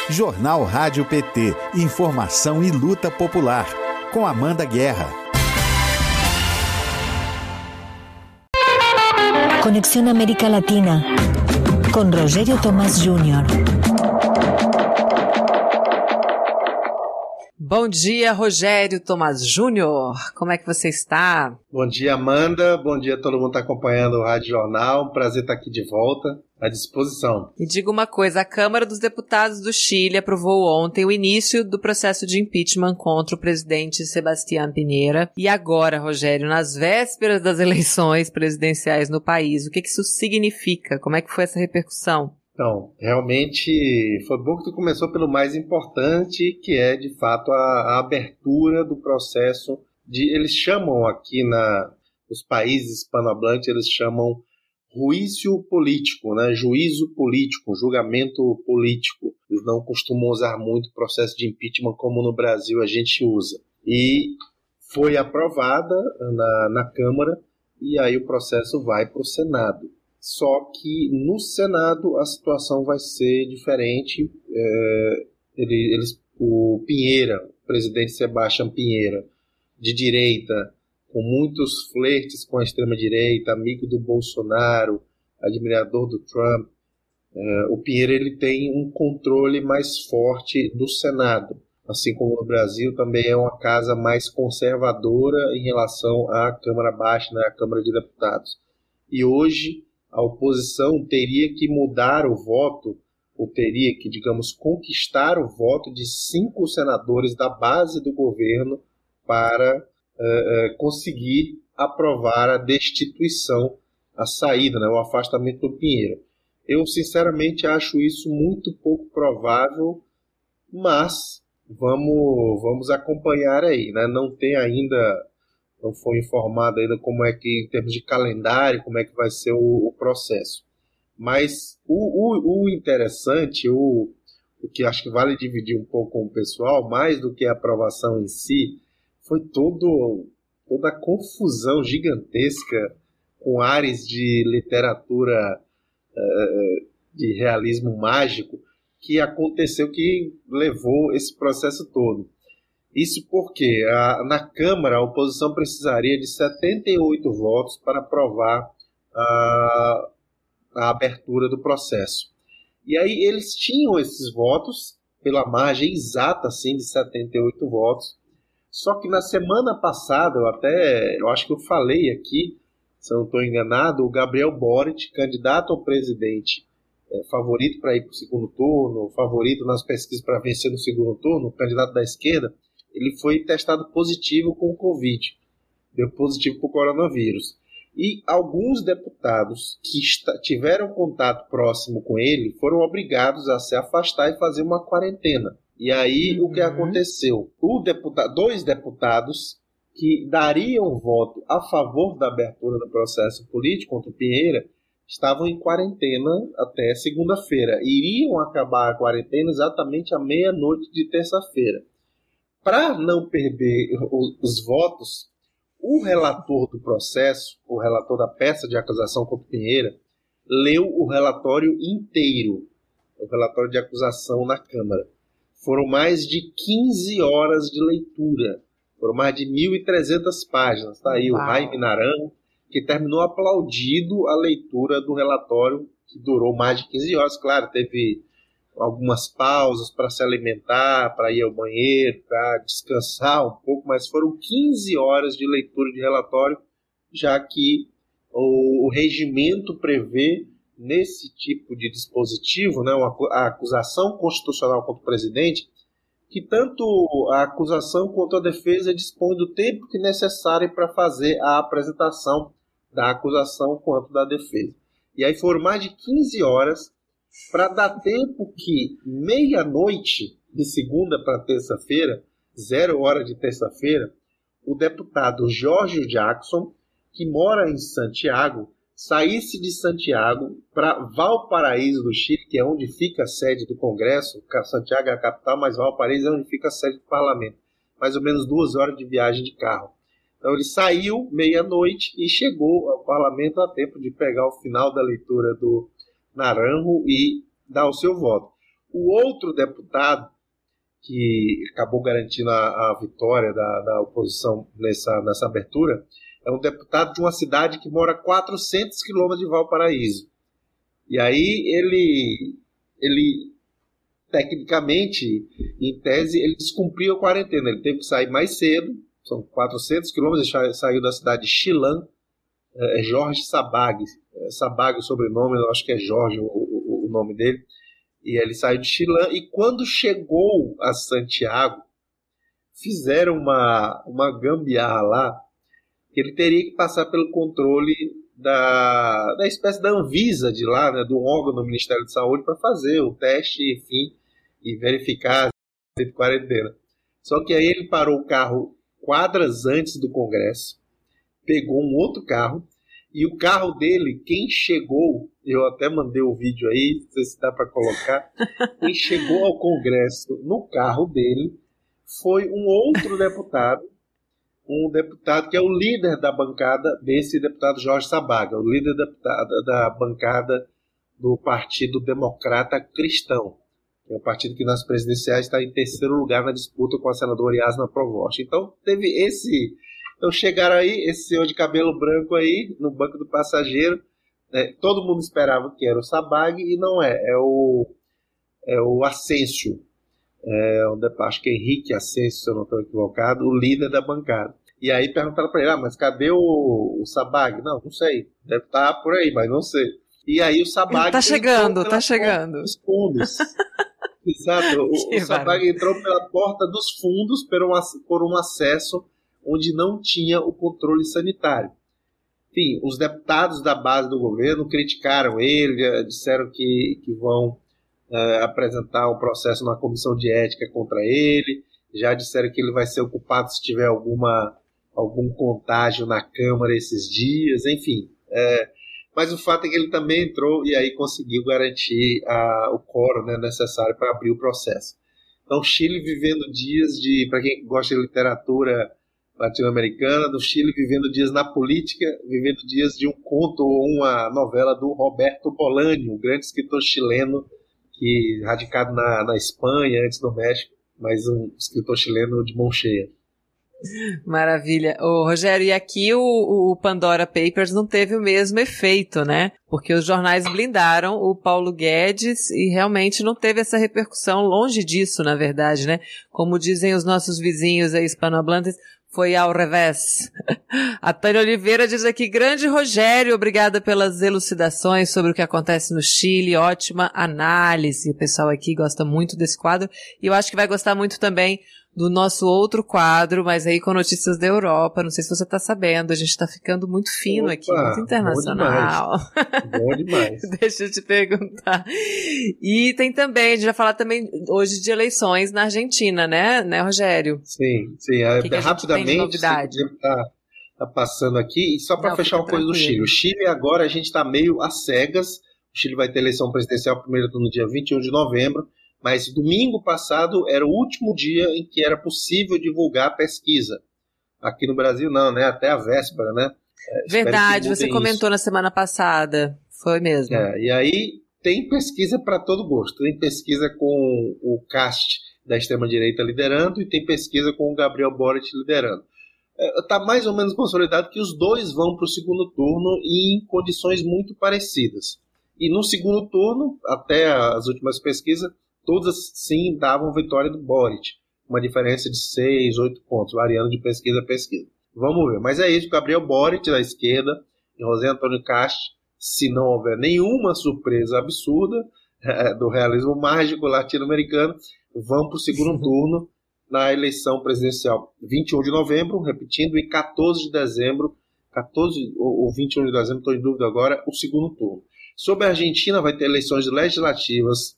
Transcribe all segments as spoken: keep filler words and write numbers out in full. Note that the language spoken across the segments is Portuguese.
Jornal Rádio P T, informação e luta popular, com Amanda Guerra. Conexión América Latina, com Rogério Tomás Júnior. Bom dia, Rogério Tomás Júnior. Como é que você está? Bom dia, Amanda. Bom dia a todo mundo que está acompanhando o Rádio Jornal. Prazer estar aqui de volta, à disposição. E diga uma coisa, a Câmara dos Deputados do Chile aprovou ontem o início do processo de impeachment contra o presidente Sebastián Piñera. E agora, Rogério, nas vésperas das eleições presidenciais no país, o que que isso significa? Como é que foi essa repercussão? Então, realmente foi bom que tu começou pelo mais importante, que é, de fato, a, a abertura do processo de... Eles chamam aqui na, nos países hispanohablantes, eles chamam juízo político, né? Juízo político, julgamento político. Eles não costumam usar muito o processo de impeachment como no Brasil a gente usa. E foi aprovada na, na Câmara e aí o processo vai para o Senado. Só que no Senado a situação vai ser diferente. É, ele, eles, o Piñera, o presidente Sebastián Piñera, de direita, com muitos flertes com a extrema-direita, amigo do Bolsonaro, admirador do Trump, é, o Piñera ele tem um controle mais forte do Senado. Assim como no Brasil, também é uma casa mais conservadora em relação à Câmara Baixa, né, à Câmara de Deputados. E hoje a oposição teria que mudar o voto, ou teria que, digamos, conquistar o voto de cinco senadores da base do governo para uh, conseguir aprovar a destituição, a saída, né, o afastamento do Piñera. Eu, sinceramente, acho isso muito pouco provável, mas vamos, vamos acompanhar aí, né? Não tem ainda... Não foi informado ainda como é que, em termos de calendário, como é que vai ser o, o processo. Mas o, o, o interessante, o, o que acho que vale dividir um pouco com o pessoal, mais do que a aprovação em si, foi todo, toda a confusão gigantesca com ares de literatura uh, de realismo mágico que aconteceu, que levou esse processo todo. Isso porque a, na Câmara a oposição precisaria de setenta e oito votos para aprovar a, a abertura do processo. E aí eles tinham esses votos, pela margem exata assim, de setenta e oito votos, só que na semana passada, eu até, eu acho que eu falei aqui, se eu não estou enganado, o Gabriel Boric, candidato ao presidente, é, favorito para ir para o segundo turno, favorito nas pesquisas para vencer no segundo turno, candidato da esquerda, ele foi testado positivo com o Covid, deu positivo para o coronavírus. E alguns deputados que tiveram contato próximo com ele foram obrigados a se afastar e fazer uma quarentena. E aí uhum. o que aconteceu? O deputado, dois deputados que dariam voto a favor da abertura do processo político contra o Piñera estavam em quarentena até segunda-feira. Iriam acabar a quarentena exatamente à meia-noite de terça-feira. Para não perder os votos, o relator do processo, o relator da peça de acusação contra o Piñera, leu o relatório inteiro, o relatório de acusação na Câmara. Foram mais de quinze horas de leitura, foram mais de mil e trezentas páginas. Está aí Uau. O Jaime Naranjo, que terminou aplaudido a leitura do relatório, que durou mais de quinze horas. Claro, teve algumas pausas para se alimentar, para ir ao banheiro, para descansar um pouco, mas foram quinze horas de leitura de relatório, já que o, o regimento prevê, nesse tipo de dispositivo, né, uma, a acusação constitucional contra o presidente, que tanto a acusação quanto a defesa dispõem do tempo que é necessário para fazer a apresentação da acusação quanto da defesa. E aí foram mais de quinze horas para dar tempo que meia-noite de segunda para terça-feira, zero hora de terça-feira, o deputado Jorge Jackson, que mora em Santiago, saísse de Santiago para Valparaíso do Chile, que é onde fica a sede do Congresso. Santiago é a capital, mas Valparaíso é onde fica a sede do parlamento. Mais ou menos duas horas de viagem de carro. Então ele saiu meia-noite e chegou ao parlamento a tempo de pegar o final da leitura do Naranjo e dar o seu voto. O outro deputado que acabou garantindo a, a vitória da, da oposição nessa, nessa abertura é um deputado de uma cidade que mora a quatrocentos quilômetros de Valparaíso. E aí ele, ele, tecnicamente, em tese, ele descumpriu a quarentena. Ele teve que sair mais cedo, são quatrocentos quilômetros, ele saiu da cidade de Chilã, é Jorge Sabag, Sabag o sobrenome, eu acho que é Jorge o, o, o nome dele, e ele saiu de Chilã, e quando chegou a Santiago, fizeram uma, uma gambiarra lá, que ele teria que passar pelo controle da, da espécie da Anvisa de lá, né, do órgão do Ministério da Saúde, para fazer o teste, enfim, e verificar a quarentena. Só que aí ele parou o carro quadras antes do Congresso, pegou um outro carro, e o carro dele, quem chegou, eu até mandei o vídeo aí, não sei se dá para colocar, quem chegou ao Congresso no carro dele foi um outro deputado, um deputado que é o líder da bancada desse deputado Jorge Sabaga, o líder da, da bancada do Partido Democrata Cristão, que é um partido que nas presidenciais está em terceiro lugar na disputa com a senadora Yasna Provost. Então teve esse... Então chegaram aí, esse senhor de cabelo branco aí, no banco do passageiro, né, todo mundo esperava que era o Sabag, e não é, é o, é o Ascencio, é, um, acho que é Henrique Ascencio, se eu não estou equivocado, o líder da bancada. E aí perguntaram para ele, ah, mas cadê o, o Sabag? Não, não sei, deve estar por aí, mas não sei. E aí o Sabag... Tá chegando, tá chegando. Dos fundos. Exato, o, o Sabag entrou pela porta dos fundos por um, por um acesso onde não tinha o controle sanitário. Enfim, os deputados da base do governo criticaram ele, disseram que, que vão é, apresentar um processo na comissão de ética contra ele, já disseram que ele vai ser ocupado se tiver alguma, algum contágio na Câmara esses dias, enfim. É, mas o fato é que ele também entrou e aí conseguiu garantir a, o quórum, né, necessário para abrir o processo. Então, Chile vivendo dias de, para quem gosta de literatura latino-americana, do Chile vivendo dias na política, vivendo dias de um conto ou uma novela do Roberto Bolaño, um grande escritor chileno, que radicado na, na Espanha, antes do México, mas um escritor chileno de mão cheia. Maravilha. Ô, Rogério, e aqui o, o Pandora Papers não teve o mesmo efeito, né? Porque os jornais blindaram o Paulo Guedes e realmente não teve essa repercussão, longe disso, na verdade, né? Como dizem os nossos vizinhos aí hispanohablantes, foi ao revés. A Tânia Oliveira diz aqui, grande Rogério, obrigada pelas elucidações sobre o que acontece no Chile, ótima análise. O pessoal aqui gosta muito desse quadro e eu acho que vai gostar muito também do nosso outro quadro, mas aí com notícias da Europa. Não sei se você está sabendo, a gente está ficando muito fino. Opa, aqui, muito internacional. Bom demais. Bom demais. Deixa eu te perguntar. E tem também, a gente vai falar também hoje de eleições na Argentina, né, né, Rogério? Sim, sim. Que que rapidamente, está tá passando aqui, e só para fechar uma coisa do Chile. O Chile agora a gente está meio às cegas. O Chile vai ter eleição presidencial primeiro no dia vinte e um de novembro. Mas domingo passado era o último dia em que era possível divulgar a pesquisa. Aqui no Brasil não, né? Até a véspera, né? É, verdade, você comentou isso. Na semana passada. Foi mesmo. É, e aí tem pesquisa para todo gosto. Tem pesquisa com o Cast da extrema-direita liderando e tem pesquisa com o Gabriel Boric liderando. Está é, mais ou menos consolidado que os dois vão para o segundo turno e em condições muito parecidas. E no segundo turno, até as últimas pesquisas, todas, sim, davam vitória do Boric. Uma diferença de seis, oito pontos, variando de pesquisa a pesquisa. Vamos ver. Mas é isso, Gabriel Boric, da esquerda, e José Antônio Cast, se não houver nenhuma surpresa absurda é, do realismo mágico latino-americano, vão para o segundo turno na eleição presidencial. vinte e um de novembro, repetindo, e quatorze de dezembro, quatorze ou vinte e um de dezembro, estou em dúvida agora, o segundo turno. Sobre a Argentina, vai ter eleições legislativas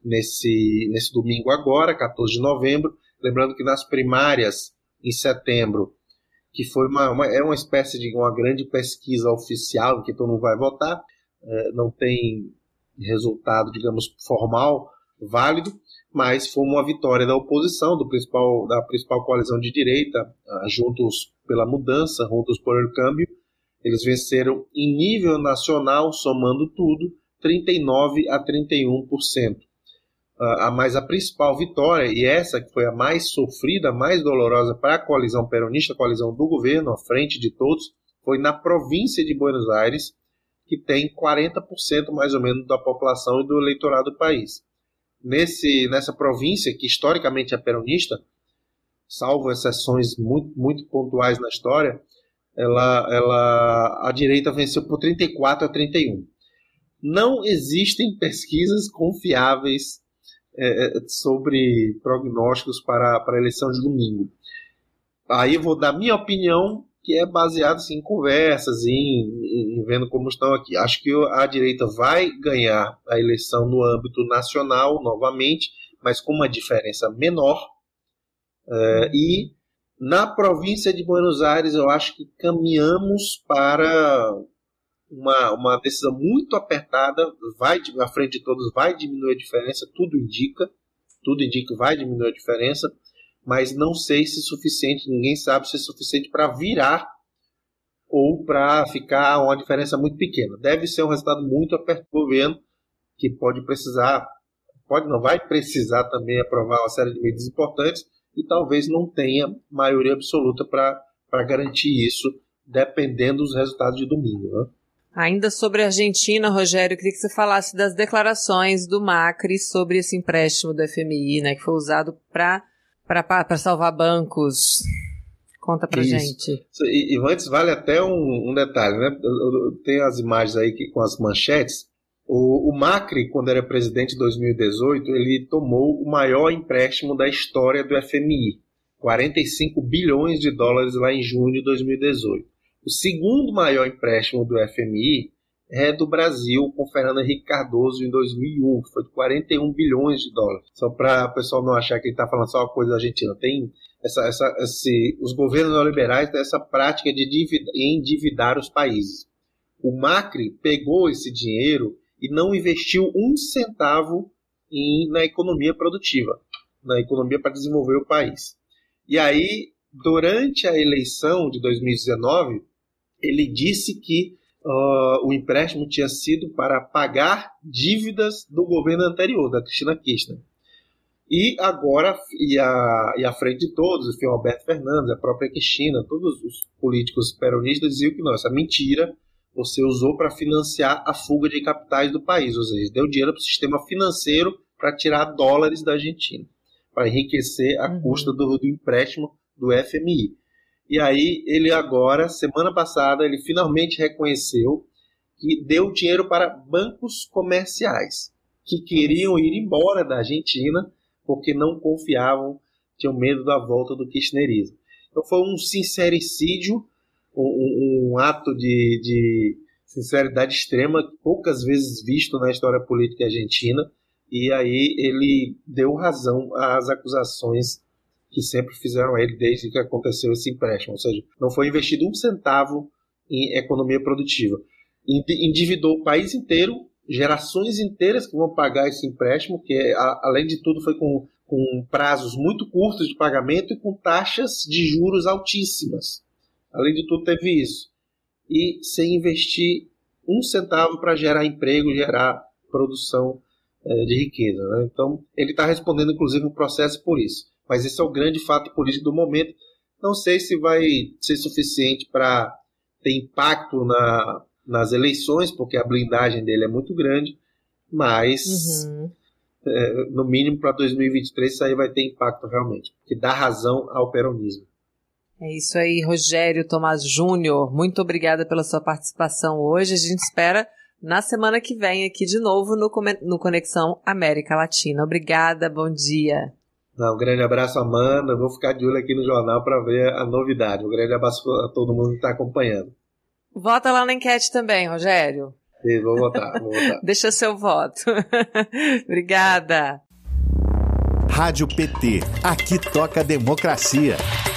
Nesse, nesse domingo agora, quatorze de novembro, lembrando que nas primárias em setembro, que foi uma, uma, é uma espécie de uma grande pesquisa oficial que todo mundo vai votar, é, não tem resultado, digamos, formal, válido, mas foi uma vitória da oposição, do principal, da principal coalizão de direita, Juntos pela Mudança, Juntos por el Cambio. Eles venceram em nível nacional, somando tudo, trinta e nove a trinta e um por cento. a, a, mas a principal vitória, e essa que foi a mais sofrida, a mais dolorosa para a coalizão peronista, a coalizão do governo, à frente de todos, foi na província de Buenos Aires, que tem quarenta por cento mais ou menos da população e do eleitorado do país. Nesse, nessa província, que historicamente é peronista, salvo exceções muito, muito pontuais na história, ela, ela, a direita venceu por trinta e quatro a trinta e um. Não existem pesquisas confiáveis é, sobre prognósticos para, para a eleição de domingo. Aí eu vou dar minha opinião, que é baseada assim, em conversas, em, em vendo como estão aqui. Acho que a direita vai ganhar a eleição no âmbito nacional novamente, mas com uma diferença menor. É, e na província de Buenos Aires eu acho que caminhamos para uma, uma decisão muito apertada, vai à frente de todos, vai diminuir a diferença, tudo indica, tudo indica que vai diminuir a diferença, mas não sei se é suficiente, ninguém sabe se é suficiente para virar ou para ficar uma diferença muito pequena. Deve ser um resultado muito apertado do governo, que pode precisar, pode não, vai precisar também aprovar uma série de medidas importantes, e talvez não tenha maioria absoluta para garantir isso, dependendo dos resultados de domingo. Né? Ainda sobre a Argentina, Rogério, eu queria que você falasse das declarações do Macri sobre esse empréstimo do F M I, né, que foi usado para para salvar bancos. Conta pra Isso. gente. E, e antes vale até um, um detalhe, né? Eu, eu tenho as imagens aí que, com as manchetes. O, o Macri, quando era presidente em dois mil e dezoito, ele tomou o maior empréstimo da história do F M I, quarenta e cinco bilhões de dólares lá em junho de dois mil e dezoito. O segundo maior empréstimo do F M I é do Brasil, com Fernando Henrique Cardoso em dois mil e um, que foi de quarenta e um bilhões de dólares. Só para o pessoal não achar que ele está falando só uma coisa da Argentina. Tem essa, essa, esse, os governos neoliberais têm essa prática de endividar os países. O Macri pegou esse dinheiro e não investiu um centavo em, na economia produtiva, na economia para desenvolver o país. E aí, durante a eleição de dois mil e dezenove, ele disse que uh, o empréstimo tinha sido para pagar dívidas do governo anterior, da Cristina Kirchner. E agora, e a, e à frente de todos, o Alberto Fernandes, a própria Cristina, todos os políticos peronistas diziam que não, essa mentira você usou para financiar a fuga de capitais do país, ou seja, deu dinheiro para o sistema financeiro para tirar dólares da Argentina, para enriquecer a custa do, do empréstimo do F M I. E aí ele agora, semana passada, ele finalmente reconheceu que deu dinheiro para bancos comerciais que queriam ir embora da Argentina porque não confiavam, tinham medo da volta do kirchnerismo. Então foi um sincericídio, um, um, um ato de, de sinceridade extrema, poucas vezes visto na história política argentina, e aí ele deu razão às acusações que sempre fizeram a ele desde que aconteceu esse empréstimo, ou seja, não foi investido um centavo em economia produtiva. Endividou o país inteiro, gerações inteiras que vão pagar esse empréstimo, que a, além de tudo foi com, com prazos muito curtos de pagamento e com taxas de juros altíssimas. Além de tudo teve isso. E sem investir um centavo para gerar emprego, gerar produção é, de riqueza. Né? Então ele está respondendo inclusive um processo por isso. Mas esse é o grande fato político do momento. Não sei se vai ser suficiente para ter impacto na, nas eleições, porque a blindagem dele é muito grande, mas uhum. é, no mínimo para dois mil e vinte e três isso aí vai ter impacto realmente, que dá razão ao peronismo. É isso aí, Rogério Tomás Júnior. Muito obrigada pela sua participação hoje. A gente espera na semana que vem aqui de novo no, no Conexão América Latina. Obrigada, bom dia. Não, um grande abraço, Amanda. Vou ficar de olho aqui no jornal para ver a novidade. Um grande abraço a todo mundo que está acompanhando. Vota lá na enquete também, Rogério. Sim, vou votar, vou votar. Deixa seu voto. Obrigada. Rádio P T. Aqui toca democracia.